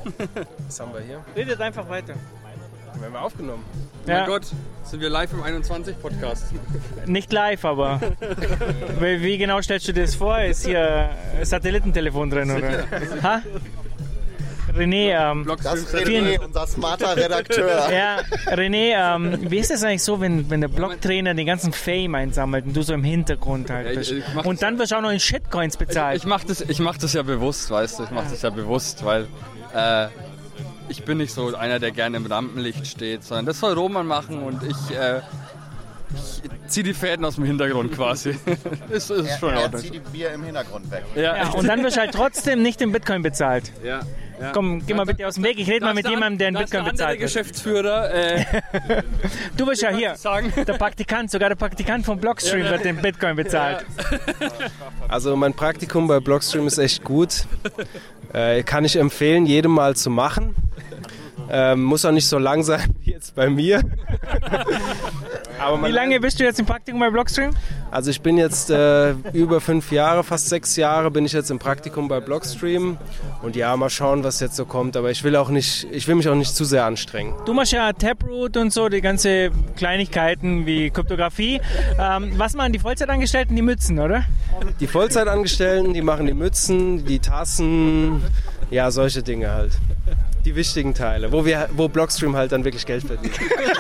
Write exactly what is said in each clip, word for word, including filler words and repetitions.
Was haben wir hier? Redet einfach weiter. Wir haben aufgenommen. Oh mein Gott, sind wir live im einundzwanzig-Podcast? Nicht live, aber wie, wie genau stellst du dir das vor? Ist hier ein Satellitentelefon drin, oder? Ha? René, ähm, das ist René, unser smarter Redakteur. Ja, René, ähm, wie ist das eigentlich so, wenn, wenn der Blocktrainer den ganzen Fame einsammelt und du so im Hintergrund halt bist? Ja, ich, ich und dann wirst du auch noch in Shitcoins bezahlt. Ich, ich mach das, ich mach das ja bewusst, weißt du, ich mach das ja bewusst, weil äh, ich bin nicht so einer, der gerne im Rampenlicht steht, sondern das soll Roman machen und ich, äh, ich zieh die Fäden aus dem Hintergrund quasi. ist, ist er, schon er ordentlich. zieht die Bier im Hintergrund weg. Ja. Ja, und dann wirst du halt trotzdem nicht in Bitcoin bezahlt. Ja. Ja. Komm, geh mal bitte aus dem Weg. Ich rede mal mit jemandem, der in Bitcoin der bezahlt wird. Geschäftsführer. Äh, du bist ja hier. Der Praktikant, sogar der Praktikant von Blockstream wird in Bitcoin bezahlt. Also mein Praktikum bei Blockstream ist echt gut. Äh, kann ich empfehlen, jedem mal zu machen. Ähm, muss auch nicht so lang sein wie jetzt bei mir. Aber wie lange bist du jetzt im Praktikum bei Blockstream? Also ich bin jetzt äh, über fünf Jahre, fast sechs Jahre bin ich jetzt im Praktikum bei Blockstream. Und ja, mal schauen, was jetzt so kommt. Aber ich will auch nicht, ich will mich auch nicht zu sehr anstrengen. Du machst ja Taproot und so, die ganze Kleinigkeiten wie Kryptographie. Ähm, was machen die Vollzeitangestellten? Die Mützen, oder? Die Vollzeitangestellten, die machen die Mützen, die Tassen, ja, solche Dinge halt. Die wichtigen Teile, wo, wir, wo Blockstream halt dann wirklich Geld verdient.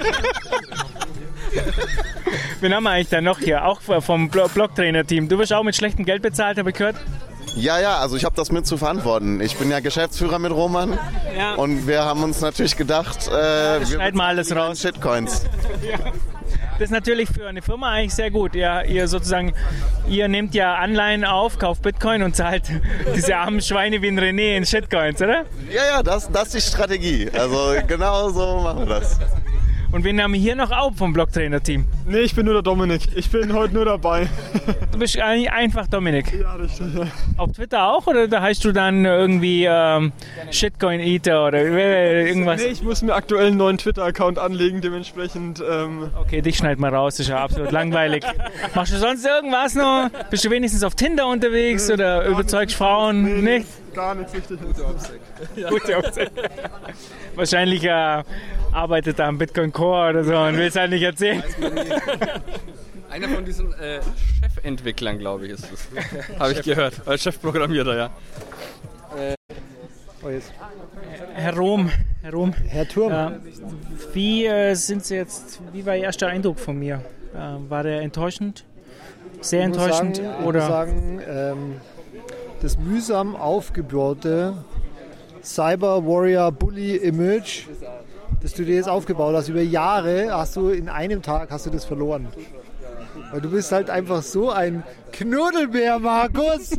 Wen haben wir eigentlich da noch hier? Auch vom Blocktrainer-Team. Du wirst auch mit schlechtem Geld bezahlt, habe ich gehört? Ja, ja, also ich habe das mit zu verantworten. Ich bin ja Geschäftsführer mit Roman ja. Und wir haben uns natürlich gedacht, äh, wir schneiden mal alles raus. Shitcoins. Ja. Das ist natürlich für eine Firma eigentlich sehr gut. Ihr, ihr sozusagen, ihr nehmt ja Anleihen auf, kauft Bitcoin und zahlt diese armen Schweine wie ein René in Shitcoins, oder? Ja, ja, das, das ist die Strategie. Also genau so machen wir das. Und wen haben wir hier noch auf vom Blocktrainer-Team? Nee, ich bin nur der Dominik. Ich bin heute nur dabei. Du bist eigentlich einfach Dominik? Ja, richtig. Ja. Auf Twitter auch oder da heißt du dann irgendwie ähm, Shitcoin-Eater oder irgendwas? Nee, ich muss mir aktuell einen neuen Twitter-Account anlegen, dementsprechend... Ähm okay, dich schneid mal raus, das ist ja absolut langweilig. Machst du sonst irgendwas noch? Bist du wenigstens auf Tinder unterwegs nee, oder überzeugst Frauen? Nee, nicht? Gar nichts, richtig. Gute Obsec. Ja. Gute Obsec. Wahrscheinlich äh, arbeitet er am Bitcoin Core oder so und will es halt nicht erzählen. Einer von diesen äh, Chefentwicklern, glaube ich, ist es. Habe ich gehört. Als Chefprogrammierer, ja. Äh. Oh, jetzt. Herr Rom, Herr Rom. Herr Turm. Äh, wie äh, sind Sie jetzt, wie war Ihr erster Eindruck von mir? Äh, war der enttäuschend? Sehr ich enttäuschend? Muss sagen, oder? Ich muss sagen, ähm, das mühsam aufgebaute Cyber Warrior Bully Image, das du dir jetzt aufgebaut hast, über Jahre hast du in einem Tag hast du das verloren. Weil du bist halt einfach so ein Knuddelbär, Markus.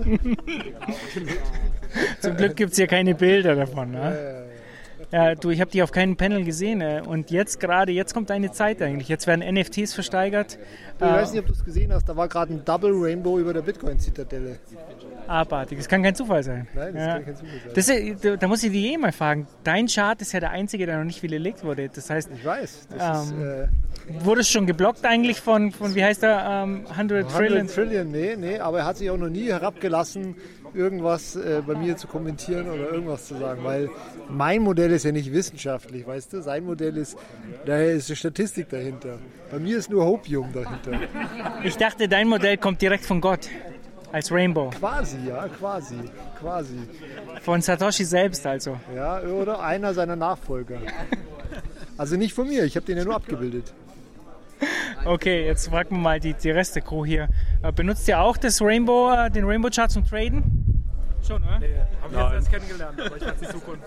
Zum Glück gibt es hier keine Bilder davon. Ne? Ja, du, ich habe dich auf keinem Panel gesehen. Äh, und jetzt gerade, jetzt kommt deine Zeit eigentlich. Jetzt werden N F Ts versteigert. Ich äh, weiß nicht, ob du es gesehen hast, da war gerade ein Double Rainbow über der Bitcoin-Zitadelle. Abartig, das kann kein Zufall sein. Nein, das ja. kann kein Zufall sein. Das ist, da, da muss ich dich eh mal fragen. Dein Chart ist ja der einzige, der noch nicht widerlegt wurde. Das heißt, ich weiß. Das ähm, ist, äh, wurde es schon geblockt eigentlich von, von wie heißt der, ähm, hundert Trillion? hundert Trillion, nee, nee, aber er hat sich auch noch nie herabgelassen, irgendwas äh, bei mir zu kommentieren oder irgendwas zu sagen, weil mein Modell ist ja nicht wissenschaftlich, weißt du? Sein Modell ist, da ist eine Statistik dahinter. Bei mir ist nur Hopium dahinter. Ich dachte, dein Modell kommt direkt von Gott. Als Rainbow. Quasi, ja, quasi, quasi. Von Satoshi selbst also. Ja, oder einer seiner Nachfolger. Also nicht von mir, ich habe den ja nur abgebildet. Okay, jetzt fragen wir mal die, die Reste-Crew hier. Benutzt ihr auch das Rainbow, den Rainbow-Chart zum Traden? Schon, oder? Nee, hab ich jetzt erst kennengelernt, aber ich hatte die Zukunft.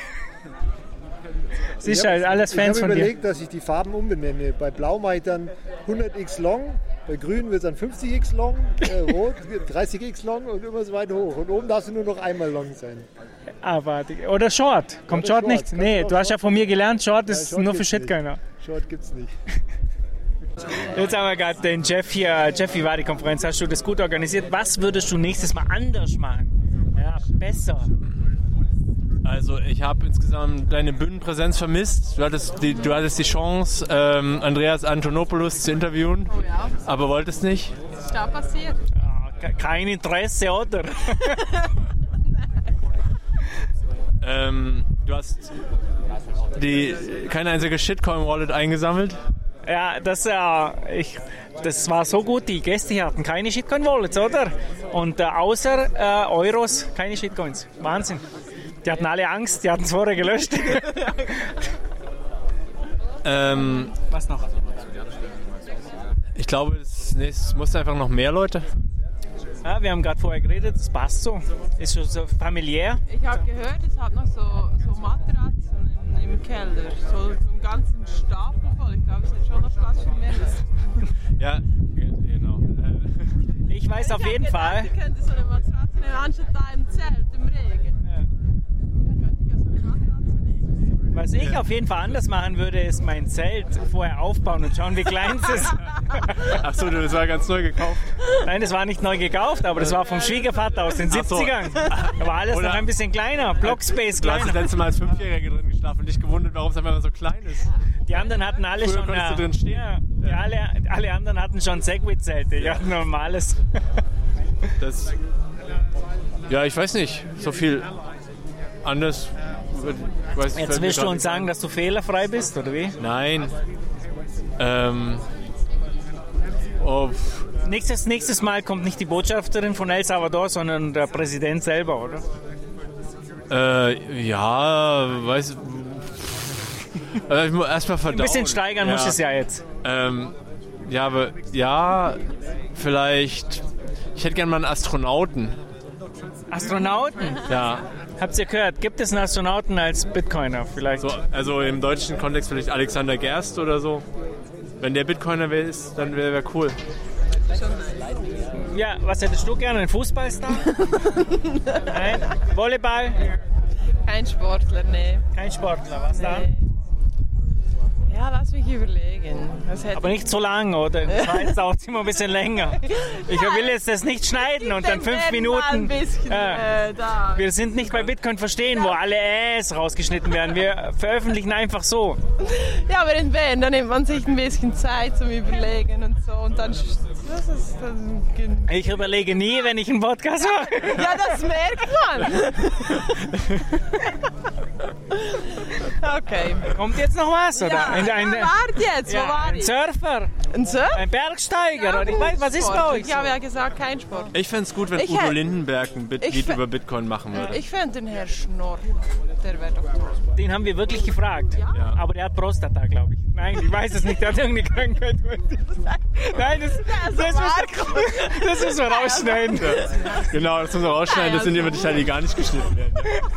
Sicher, alles Fans von dir. Ich habe überlegt, dass ich die Farben umbenenne. Bei Blau mache ich dann hundert x Long, bei Grün wird es dann fünfzig x Long, äh, Rot dreißig x Long und immer so weit hoch. Und oben darfst du nur noch einmal Long sein. Aber, oder Short. Kommt Oder Short, Short nicht? Nee, du hast ja von mir gelernt, Short ja, ist Short nur für Shitcoiner. Short gibt's nicht. Jetzt haben wir gerade den Jeff hier. Jeff, wie war die Konferenz? Hast du das gut organisiert? Was würdest du nächstes Mal anders machen? Ja, besser. Also ich habe insgesamt deine Bühnenpräsenz vermisst. Du hattest die, du hattest die Chance, ähm, Andreas Antonopoulos zu interviewen, oh ja. aber wolltest nicht. Was ist da passiert? Ja, kein Interesse, oder? ähm, du du hast die, keine einzige Shitcoin-Wallet eingesammelt. Ja, das, äh, ich, das war so gut, die Gäste hier hatten keine Shitcoin-Wallets, oder? Und äh, außer äh, Euros keine Shitcoins. Wahnsinn. Die hatten alle Angst, die hatten es vorher gelöscht. ähm, Was noch? Ich glaube, es, nee, es mussten einfach noch mehr Leute. Ja, wir haben gerade vorher geredet, das passt so. Ist schon so familiär. Ich habe gehört, es hat noch so, so Matratzen im, im Keller. So, so einen ganzen Stapel voll. Ich glaube, es hat schon noch Platz für mehr. Ja, genau. Ich weiß ich auf jeden gedacht, Fall. Ich könnte so eine Matratze nehmen, anstatt da im Zelt, im Regen. Ja. Dann könnte ich ja so eine Matratze nehmen. Was ich auf jeden Fall anders machen würde, ist mein Zelt vorher aufbauen und schauen, wie klein es ist. Ach so, das war ganz neu gekauft. Nein, das war nicht neu gekauft, aber das war vom Schwiegervater aus den Ach so. siebzigern. Da war alles Oder- noch ein bisschen kleiner, Blockspace Du hast das kleiner. letzte Mal als Fünfjähriger drin geschlafen und dich gewundert, warum es einfach immer so klein ist. Die anderen hatten alle Früher schon... konntest äh, du drin stehen. Ja, die alle, alle anderen hatten schon Segway-Zelte, ich hatte normales. Das, ja, ich weiß nicht, so viel anders. Ich weiß, Jetzt willst du uns sagen, dass du fehlerfrei bist, oder wie? Nein. Ähm. Oh, pff, Nächstes, nächstes Mal kommt nicht die Botschafterin von El Salvador, sondern der Präsident selber, oder? äh, ja, weiß. Äh, ich muss erstmal verdauen. Ein bisschen steigern ja. muss es ja jetzt. Ähm, ja, aber ja, vielleicht. Ich hätte gerne mal einen Astronauten. Astronauten? Ja. Habt ihr gehört? Gibt es einen Astronauten als Bitcoiner vielleicht? So, also im deutschen Kontext vielleicht Alexander Gerst oder so. Wenn der Bitcoiner wär, ist, dann wäre wär cool. Ja, was hättest du gerne? Ein Fußballstar? Nein? Volleyball? Kein Sportler, nee. Kein Sportler, was dann? nee. Ja, lass mich überlegen. Was hätte Aber nicht so lang, oder? In der Schweiz dauert es immer ein bisschen länger. Ich will jetzt das nicht schneiden und dann Den fünf werden mal Minuten. Ein bisschen, Ja. äh, da. Wir sind nicht bei Bitcoin verstehen, wo alle Äs rausgeschnitten werden. Wir veröffentlichen einfach so. Ja, aber in Bern, da nimmt man sich ein bisschen Zeit zum Überlegen und so. Und dann. Das ist dann gen- Ich überlege nie, wenn ich einen Podcast mache. ja, das merkt man. Okay. Kommt jetzt noch was? Oder? Ja, Ein, ein, ja, warte jetzt, wo ja, war ein ich? Surfer, Ein Surf? ein Bergsteiger. oder ich weiß, was ist bei euch? Ich habe ja gesagt, kein Sport. Ich fände es gut, wenn Ich Udo hätt- Lindenberg ein Bit ich Lied fä- über Bitcoin machen würde. Ich fände den Herr Schnorr, der wäre doch toll. Den haben wir wirklich gefragt. Ja. Aber der hat Prostata, glaube ich. Nein, ich weiß es nicht. Der hat irgendeine Krankheit. Nein, das, das, das, muss, das müssen wir rausschneiden. Genau, das muss man rausschneiden. Das sind immer die Teile, die gar nicht geschnitten werden.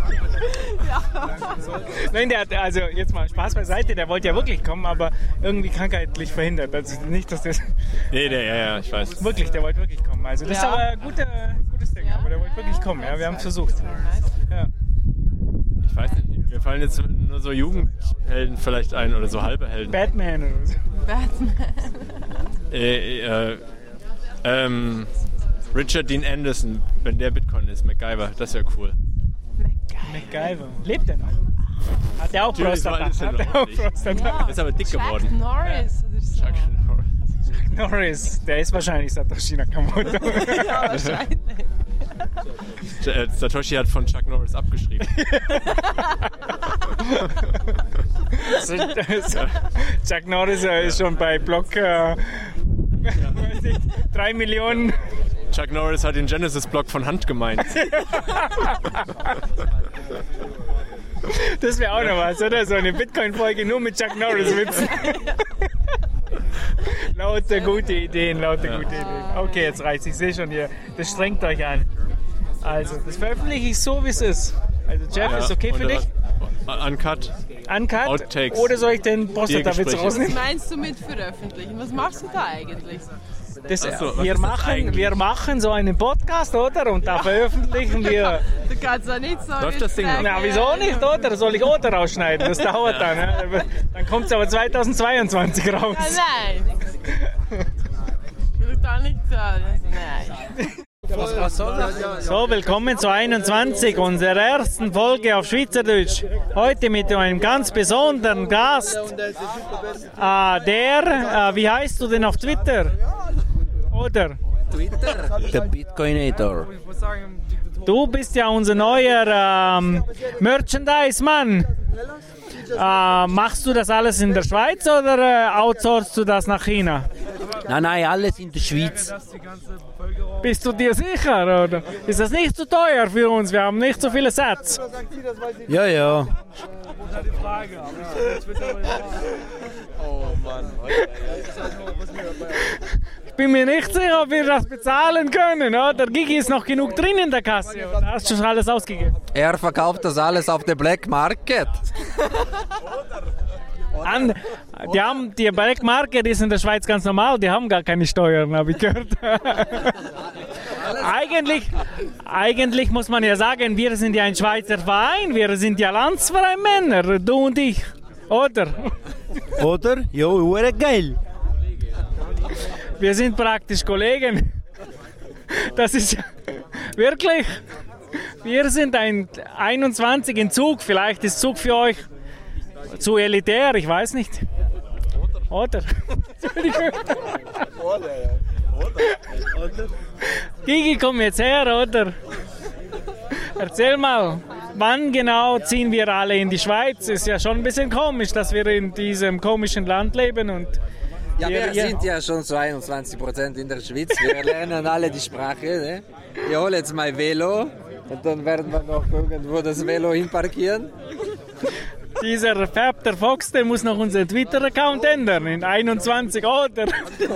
Nein, der hat, also jetzt mal Spaß beiseite, der wollte ja wirklich kommen, aber irgendwie krankheitlich verhindert. Also nicht, dass das... Nee, der, ja, ja, ich weiß. Wirklich, der wollte wirklich kommen. Also das Ja. ist aber ein guter, gutes Ding, aber der wollte wirklich kommen. Ja, wir haben es versucht. Ja. Ich weiß nicht. Mir fallen jetzt nur so Jugendhelden vielleicht ein oder so halbe Helden. Batman oder so. Batman. Äh, äh, ähm, Richard Dean Anderson, wenn der Bitcoin ist, MacGyver, das wäre cool. MacGyver. Lebt er noch? Hat der auch Natürlich, Prostata? das ist er Hat der noch auch nicht. Prostata? Ja. Ist aber dick Chuck geworden. Norris oder so. Chuck Norris. Norris, der ist wahrscheinlich Satoshi Nakamoto. Ja, wahrscheinlich. Äh, Satoshi hat von Chuck Norris abgeschrieben. So, das- Chuck Norris äh, ist schon bei Block äh, weiß nicht, drei Millionen. Chuck Norris hat den Genesis-Block von Hand gemeint. Das wäre auch noch was, oder? So eine Bitcoin-Folge nur mit Chuck Norris-Witzen. Lauter gute Ideen, lauter gute Ideen. Okay, jetzt reicht's. Ich sehe schon hier, das strengt euch an. Also, das veröffentliche ich so, wie es ist. Also, Jeff, Ja, ist okay für und dich? dann- Uncut. Uncut? Outtakes. Oder soll ich den Prostata-Witz Gespräche. Was rausnehmen? meinst du mit veröffentlichen? Was machst du da eigentlich? Das, Ach so, was wir, ist das machen, eigentlich? wir machen so einen Podcast, oder? Und da veröffentlichen wir... Du kannst doch nicht so... Läuft das Ding noch? Na, wieso nicht, oder? Soll ich oder rausschneiden? Das dauert dann. Ne? Dann kommt es aber zweitausendzweiundzwanzig raus. Ja, nein. Ich will da nicht sagen. Nein. So, willkommen zu einundzwanzig, unserer ersten Folge auf Schweizerdeutsch. Heute mit einem ganz besonderen Gast. Ah, der, äh, wie heißt du denn auf Twitter? Oder? Der Bitcoinator. Du bist ja unser neuer ähm, Merchandise-Mann. Äh, machst du das alles in der Schweiz oder äh, outsourcest du das nach China? Nein, nein, alles in der Schweiz. Bist du dir sicher, oder? Ist das nicht zu teuer für uns? Wir haben nicht so viele Sets. Ja, ja. Oh Mann. Ich bin mir nicht sicher, ob wir das bezahlen können, oder? Gigi ist noch genug drin in der Kasse. Da hast du schon alles ausgegeben. Er verkauft das alles auf der Black Market. An, die, haben, die Black Market ist in der Schweiz ganz normal, die haben gar keine Steuern, habe ich gehört. eigentlich, eigentlich muss man ja sagen, wir sind ja ein Schweizer Verein, wir sind ja Landsverein Männer, du und ich, oder? Oder? Ja, hure geil. Wir sind praktisch Kollegen. Das ist ja wirklich, wir sind ein einundzwanzig in Zug, vielleicht ist Zug für euch zu elitär, ich weiß nicht. Oder? Gigi, komm jetzt her, oder? Erzähl mal, wann genau ziehen wir alle in die Schweiz? Ist ja schon ein bisschen komisch, dass wir in diesem komischen Land leben. Und ja, wir, wir sind ja schon zu einundzwanzig Prozent in der Schweiz. Wir lernen alle die Sprache. Ne? Ich hole jetzt mein Velo und dann werden wir noch irgendwo das Velo hinparkieren. Dieser Fab der Fox, der muss noch unseren Twitter-Account ändern in einundzwanzig, oder?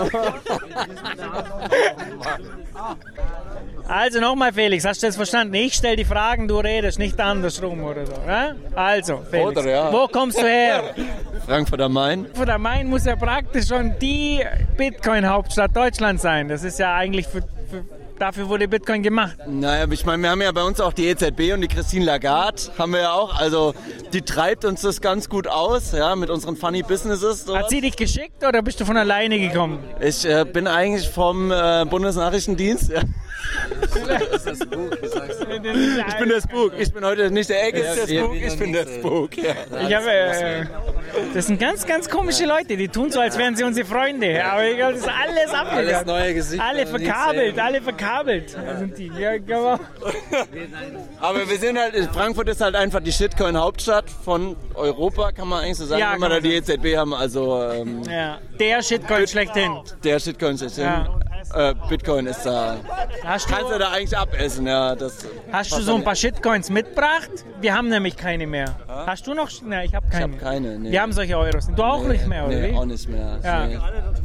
Also nochmal, Felix, hast du das verstanden? Ich stelle die Fragen, du redest, nicht andersrum oder so. Ja? Also, Felix, oder, ja. Wo kommst du her? Frankfurt am Main. Frankfurt am Main muss ja praktisch schon die Bitcoin-Hauptstadt Deutschlands sein. Das ist ja eigentlich für, für dafür wurde Bitcoin gemacht. Naja, ich meine, wir haben ja bei uns auch die E Z B und die Christine Lagarde haben wir ja auch. Also die treibt uns das ganz gut aus, ja, mit unseren Funny Businesses. Sowas. Hat sie dich geschickt oder bist du von alleine gekommen? Ich äh, bin eigentlich vom äh, Bundesnachrichtendienst. Ja. Das ist das Spuk, du sagst. Ich bin der Spuk. Ich bin heute nicht der Egg, ist der Spuk. Ich bin der Spuk. Ja. Ich habe, äh, das sind ganz, ganz komische Leute, die tun so, als wären sie unsere Freunde. Aber ich glaube, das ist alles abgegangen. Alles neue Gesichter. Alle verkabelt, alle verkabelt. Sind die. Ja, genau. Aber wir sind halt, Frankfurt ist halt einfach die Shitcoin-Hauptstadt von Europa, kann man eigentlich so sagen, ja, wenn wir da die E Z B haben. Also, ähm, ja, der Shitcoin Bit- schlechthin. Der Shitcoin schlechthin. Ja. Äh, Bitcoin ist da. Hast du, kannst du da eigentlich abessen, ja. Das hast du so ein paar Shitcoins mitgebracht? Wir haben nämlich keine mehr. Ja? Hast du noch? Nein, ich habe keine. Ich habe keine, nee. Wir haben solche Euros. Du auch nee, nicht mehr, oder nee, wie? auch nicht mehr. Ja. Nee.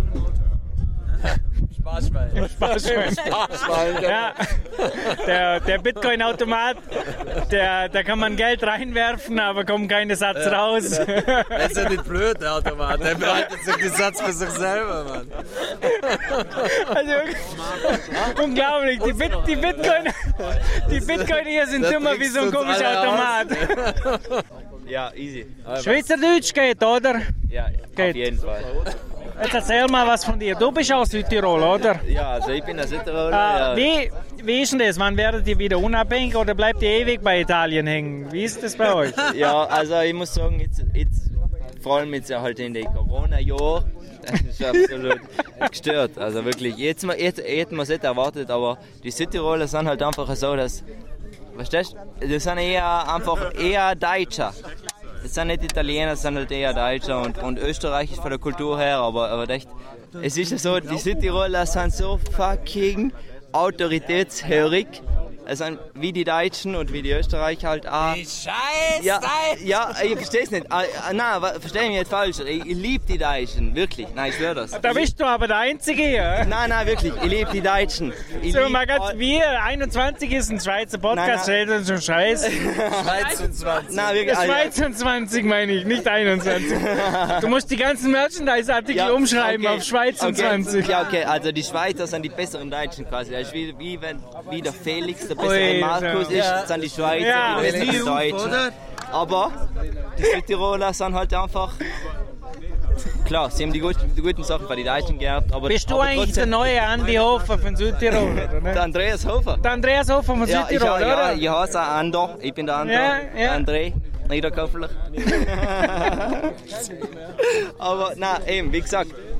Sparschwein. Sparschwein. Sparschwein. Ja. Der, der Bitcoin-Automat, der, da kann man Geld reinwerfen, aber kommt keine Satz ja, raus. Das ist ja nicht blöd, der Automat. Der behaltet sich den Satz für sich selber, Mann. Also, unglaublich. Die, Bit, die Bitcoin, die Bitcoin hier sind dümmer wie so ein komischer Automat. Ja, easy. Schweizerdeutsch geht, oder? Ja, geht. Auf jeden Fall. Jetzt erzähl mal was von dir. Du bist aus Südtirol, oder? Ja, also ich bin aus Südtirol. Äh, ja. wie, wie ist denn das? Wann werdet ihr wieder unabhängig oder bleibt ihr ewig bei Italien hängen? Wie ist das bei euch? Ja, also ich muss sagen, jetzt, jetzt vor allem jetzt halt in den Corona-Jahren, das ist absolut gestört. Also wirklich, jetzt, jetzt, jetzt hätten wir es nicht erwartet, aber die Südtiroler sind halt einfach so, dass, verstehst du, die sind eher einfach eher Deutscher. Das sind nicht Italiener, das sind halt eher Deutscher und, und Österreichisch von der Kultur her, aber, aber echt, es ist ja so, die Südtiroler sind so fucking autoritätshörig. Es sind wie die Deutschen und wie die Österreicher halt auch. Die Scheiße! Ja, ja, ich versteh's nicht. Ah, nein, versteh mich nicht falsch. Ich, ich liebe die Deutschen, wirklich. Nein, ich schwöre das. Da bist du aber der Einzige hier. Nein, nein, wirklich. Ich liebe die Deutschen. Ich so, lieb mal ganz, wir, einundzwanzig ist ein Schweizer Podcast, stellt uns schon Scheiß. zweiundzwanzig. Nein, wirklich. zweiundzwanzig meine ich, nicht einundzwanzig. Du musst die ganzen Merchandise-Artikel ja, umschreiben okay. auf Schweizundzwanzig. Okay. Ja, okay, also die Schweizer sind die besseren Deutschen quasi. Das ist wie, wie, wenn, wie der Felix der bessere Markus ist, ja. sind die Schweizer ja. die besseren Deutschen. Aber die Südtiroler sind halt einfach... Klar, sie haben die guten, die guten Sachen bei den Deutschen gehabt. Aber, bist du aber eigentlich trotzdem, der neue Andy Hofer von Südtirol? Oder, ne? Der Andreas Hofer. Der Andreas Hofer von ja, Südtirol, ich, oder? Ja, ich heiße auch Ander. Ich bin der Ander. Ja, ja. André. Niederkauflich. Aber nein, eben, wie gesagt,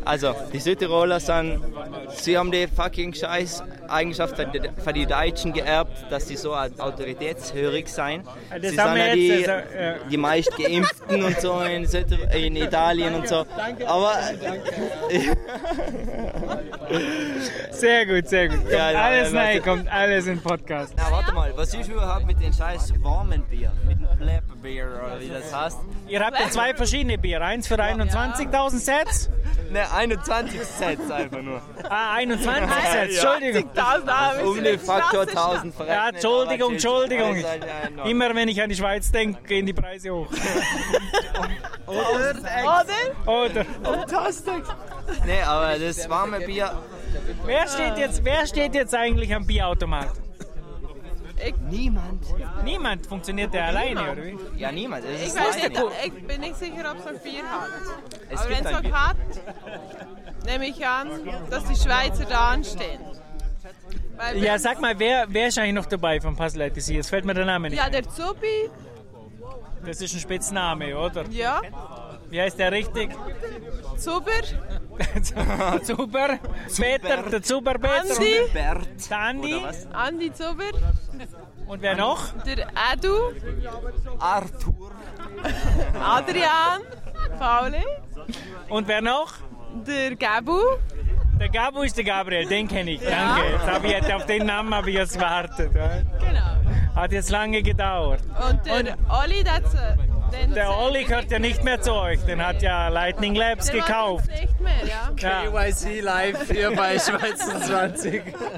Also, die Südtiroler sind, sie haben die fucking Scheiß-Eigenschaft von die Deutschen geerbt, dass sie so autoritätshörig sein. Das sie sind haben wir ja die, jetzt, also, ja. die meist Geimpften und so in, Süd- in Italien und so. Aber... Sehr gut, sehr gut. Kommt Ja, ja, alles ja, rein, warte. kommt alles in Podcast. Na, warte mal, was ist überhaupt mit den scheiß warmen Bier? Mit dem Plebbebier oder wie das heißt? Ihr habt ja zwei verschiedene Bier, eins für einundzwanzigtausend Sets. Ne, einundzwanzig Sets einfach nur. Ah, einundzwanzig Sets, Entschuldigung. Um den Faktor tausend verrechnet. Ja, Entschuldigung, aber Entschuldigung. ist halt, ja, noch. Immer wenn ich an die Schweiz denke, gehen die Preise hoch. Oder? Oder? Fantastisch. Nee, aber das warme Bier... Wer steht jetzt, wer steht jetzt eigentlich am Bierautomat? Ich, niemand. Niemand? Funktioniert der alleine, oder wie? Ja, niemand. Das Ich, ist weiß alleine. nicht, ich bin nicht sicher, ob es ein Bier hat. Es Aber gibt wenn es ein auch Bier. hat, nehme ich an, dass die Schweizer da anstehen. Weil Ja, wenn- sag mal, wer, wer ist eigentlich noch dabei vom Puzzle I T C? Jetzt fällt mir der Name nicht. Ja, der Zubi, Das ist ein Spitzname, oder? ja, Wie heißt der richtig? Zuber, Zuber, Peter, der Zuber Peter. Andi, Bert. Der Andi. Andi Zuber, Und wer noch? der Edu, Arthur. Adrian, Pauli, Und wer noch? der Gabu, Der Gabu ist der Gabriel, den kenne ich. Danke. Jetzt hab ich jetzt, auf den Namen habe ich jetzt gewartet. genau. Hat jetzt lange gedauert. Und der Olli, der, den Der Olli gehört ja nicht mehr zu euch. Den hat ja Lightning Labs der gekauft. macht jetzt nicht mehr, ja. Ja. K Y C live hier bei Schweizer zwanzig.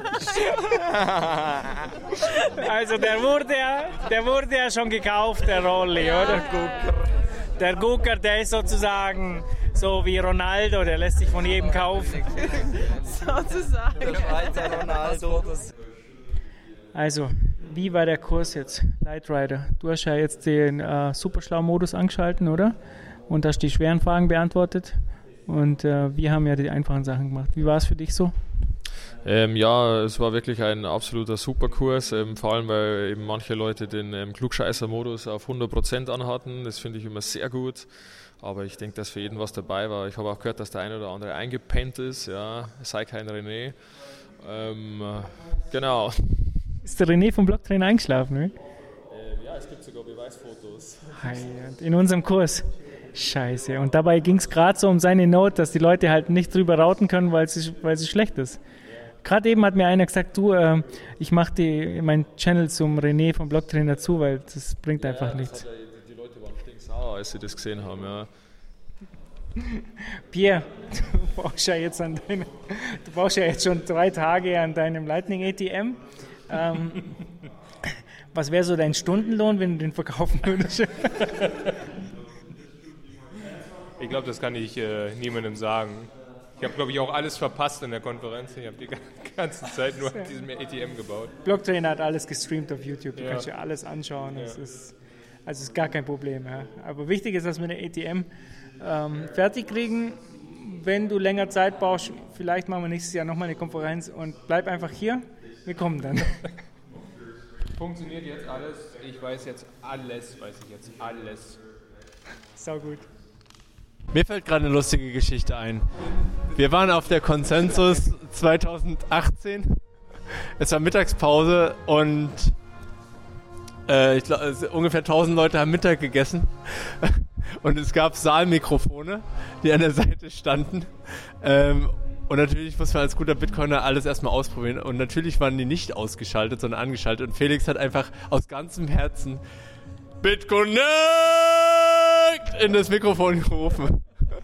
Also der wurde ja, der wurde ja schon gekauft, der Olli, oder? Der Gucker, der ist sozusagen so wie Ronaldo, der lässt sich von jedem kaufen. Sozusagen. Der Schweizer Ronaldo. Also, wie war der Kurs jetzt, Light Rider? Du hast ja jetzt den äh, Superschlau-Modus angeschalten, oder? Und hast die schweren Fragen beantwortet. Und äh, wir haben ja die einfachen Sachen gemacht. Wie war es für dich so? Ähm, ja, es war wirklich ein absoluter Superkurs, ähm, vor allem weil eben manche Leute den ähm, Klugscheißer-Modus auf hundert Prozent anhatten. Das finde ich immer sehr gut. Aber ich denke, dass für jeden was dabei war. Ich habe auch gehört, dass der eine oder andere eingepennt ist. Ja, sei kein René. Ähm, genau. Ist der René vom Blocktrainer eingeschlafen? Ne? Ähm, ja, es gibt sogar Beweisfotos. In unserem Kurs. Scheiße. Und dabei ging es gerade so um seine Note, dass die Leute halt nicht drüber rauten können, weil sie, weil sie schlecht ist. Gerade eben hat mir einer gesagt, du, äh, ich mache meinen Channel zum René vom Blocktrainer zu, weil das bringt Ja, einfach das nichts. hat ja, die Leute waren stinksauer, als sie das gesehen haben. Ja. Pierre, du brauchst ja jetzt an deine, du brauchst ja jetzt schon drei Tage an deinem Lightning A T M. Ähm, was wäre so dein Stundenlohn, wenn du den verkaufen würdest? Ich glaube, das kann ich äh, niemandem sagen. Ich habe, glaube ich, auch alles verpasst in der Konferenz. Ich habe die ganze Zeit nur an diesem A T M gebaut. Blocktrainer hat alles gestreamt auf YouTube. Du Ja. kannst dir alles anschauen. Ja. Es ist, also ist gar kein Problem. Ja. Aber wichtig ist, dass wir eine A T M ähm, fertig kriegen. Wenn du länger Zeit brauchst, vielleicht machen wir nächstes Jahr nochmal eine Konferenz und bleib einfach hier. Wir kommen dann. Funktioniert jetzt alles? Ich weiß jetzt alles, weiß ich jetzt alles. Sau gut. Mir fällt gerade eine lustige Geschichte ein. Wir waren auf der Consensus zwanzig achtzehn. Es war Mittagspause und äh, ich glaube, ungefähr tausend Leute haben Mittag gegessen. Und es gab Saalmikrofone, die an der Seite standen. Ähm, und natürlich muss man als guter Bitcoiner alles erstmal ausprobieren. Und natürlich waren die nicht ausgeschaltet, sondern angeschaltet. Und Felix hat einfach aus ganzem Herzen BitConnect in das Mikrofon gerufen.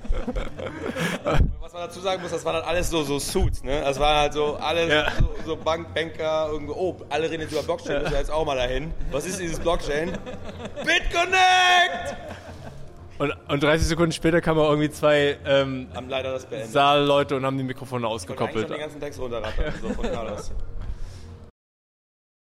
Was man dazu sagen muss, das waren halt alles so, so Suits, ne? Das waren halt so alles Ja. so, so Bank, Banker, irgendwo, oh, alle reden jetzt über Blockchain, müssen wir jetzt auch mal dahin. Was ist dieses Blockchain? BitConnect! Und, und dreißig Sekunden später kamen irgendwie zwei ähm, Haben leider das beendet. Saalleute und haben die Mikrofone Ich konnte eigentlich ausgekoppelt. schon den ganzen Text runterrattern, so von Carlos.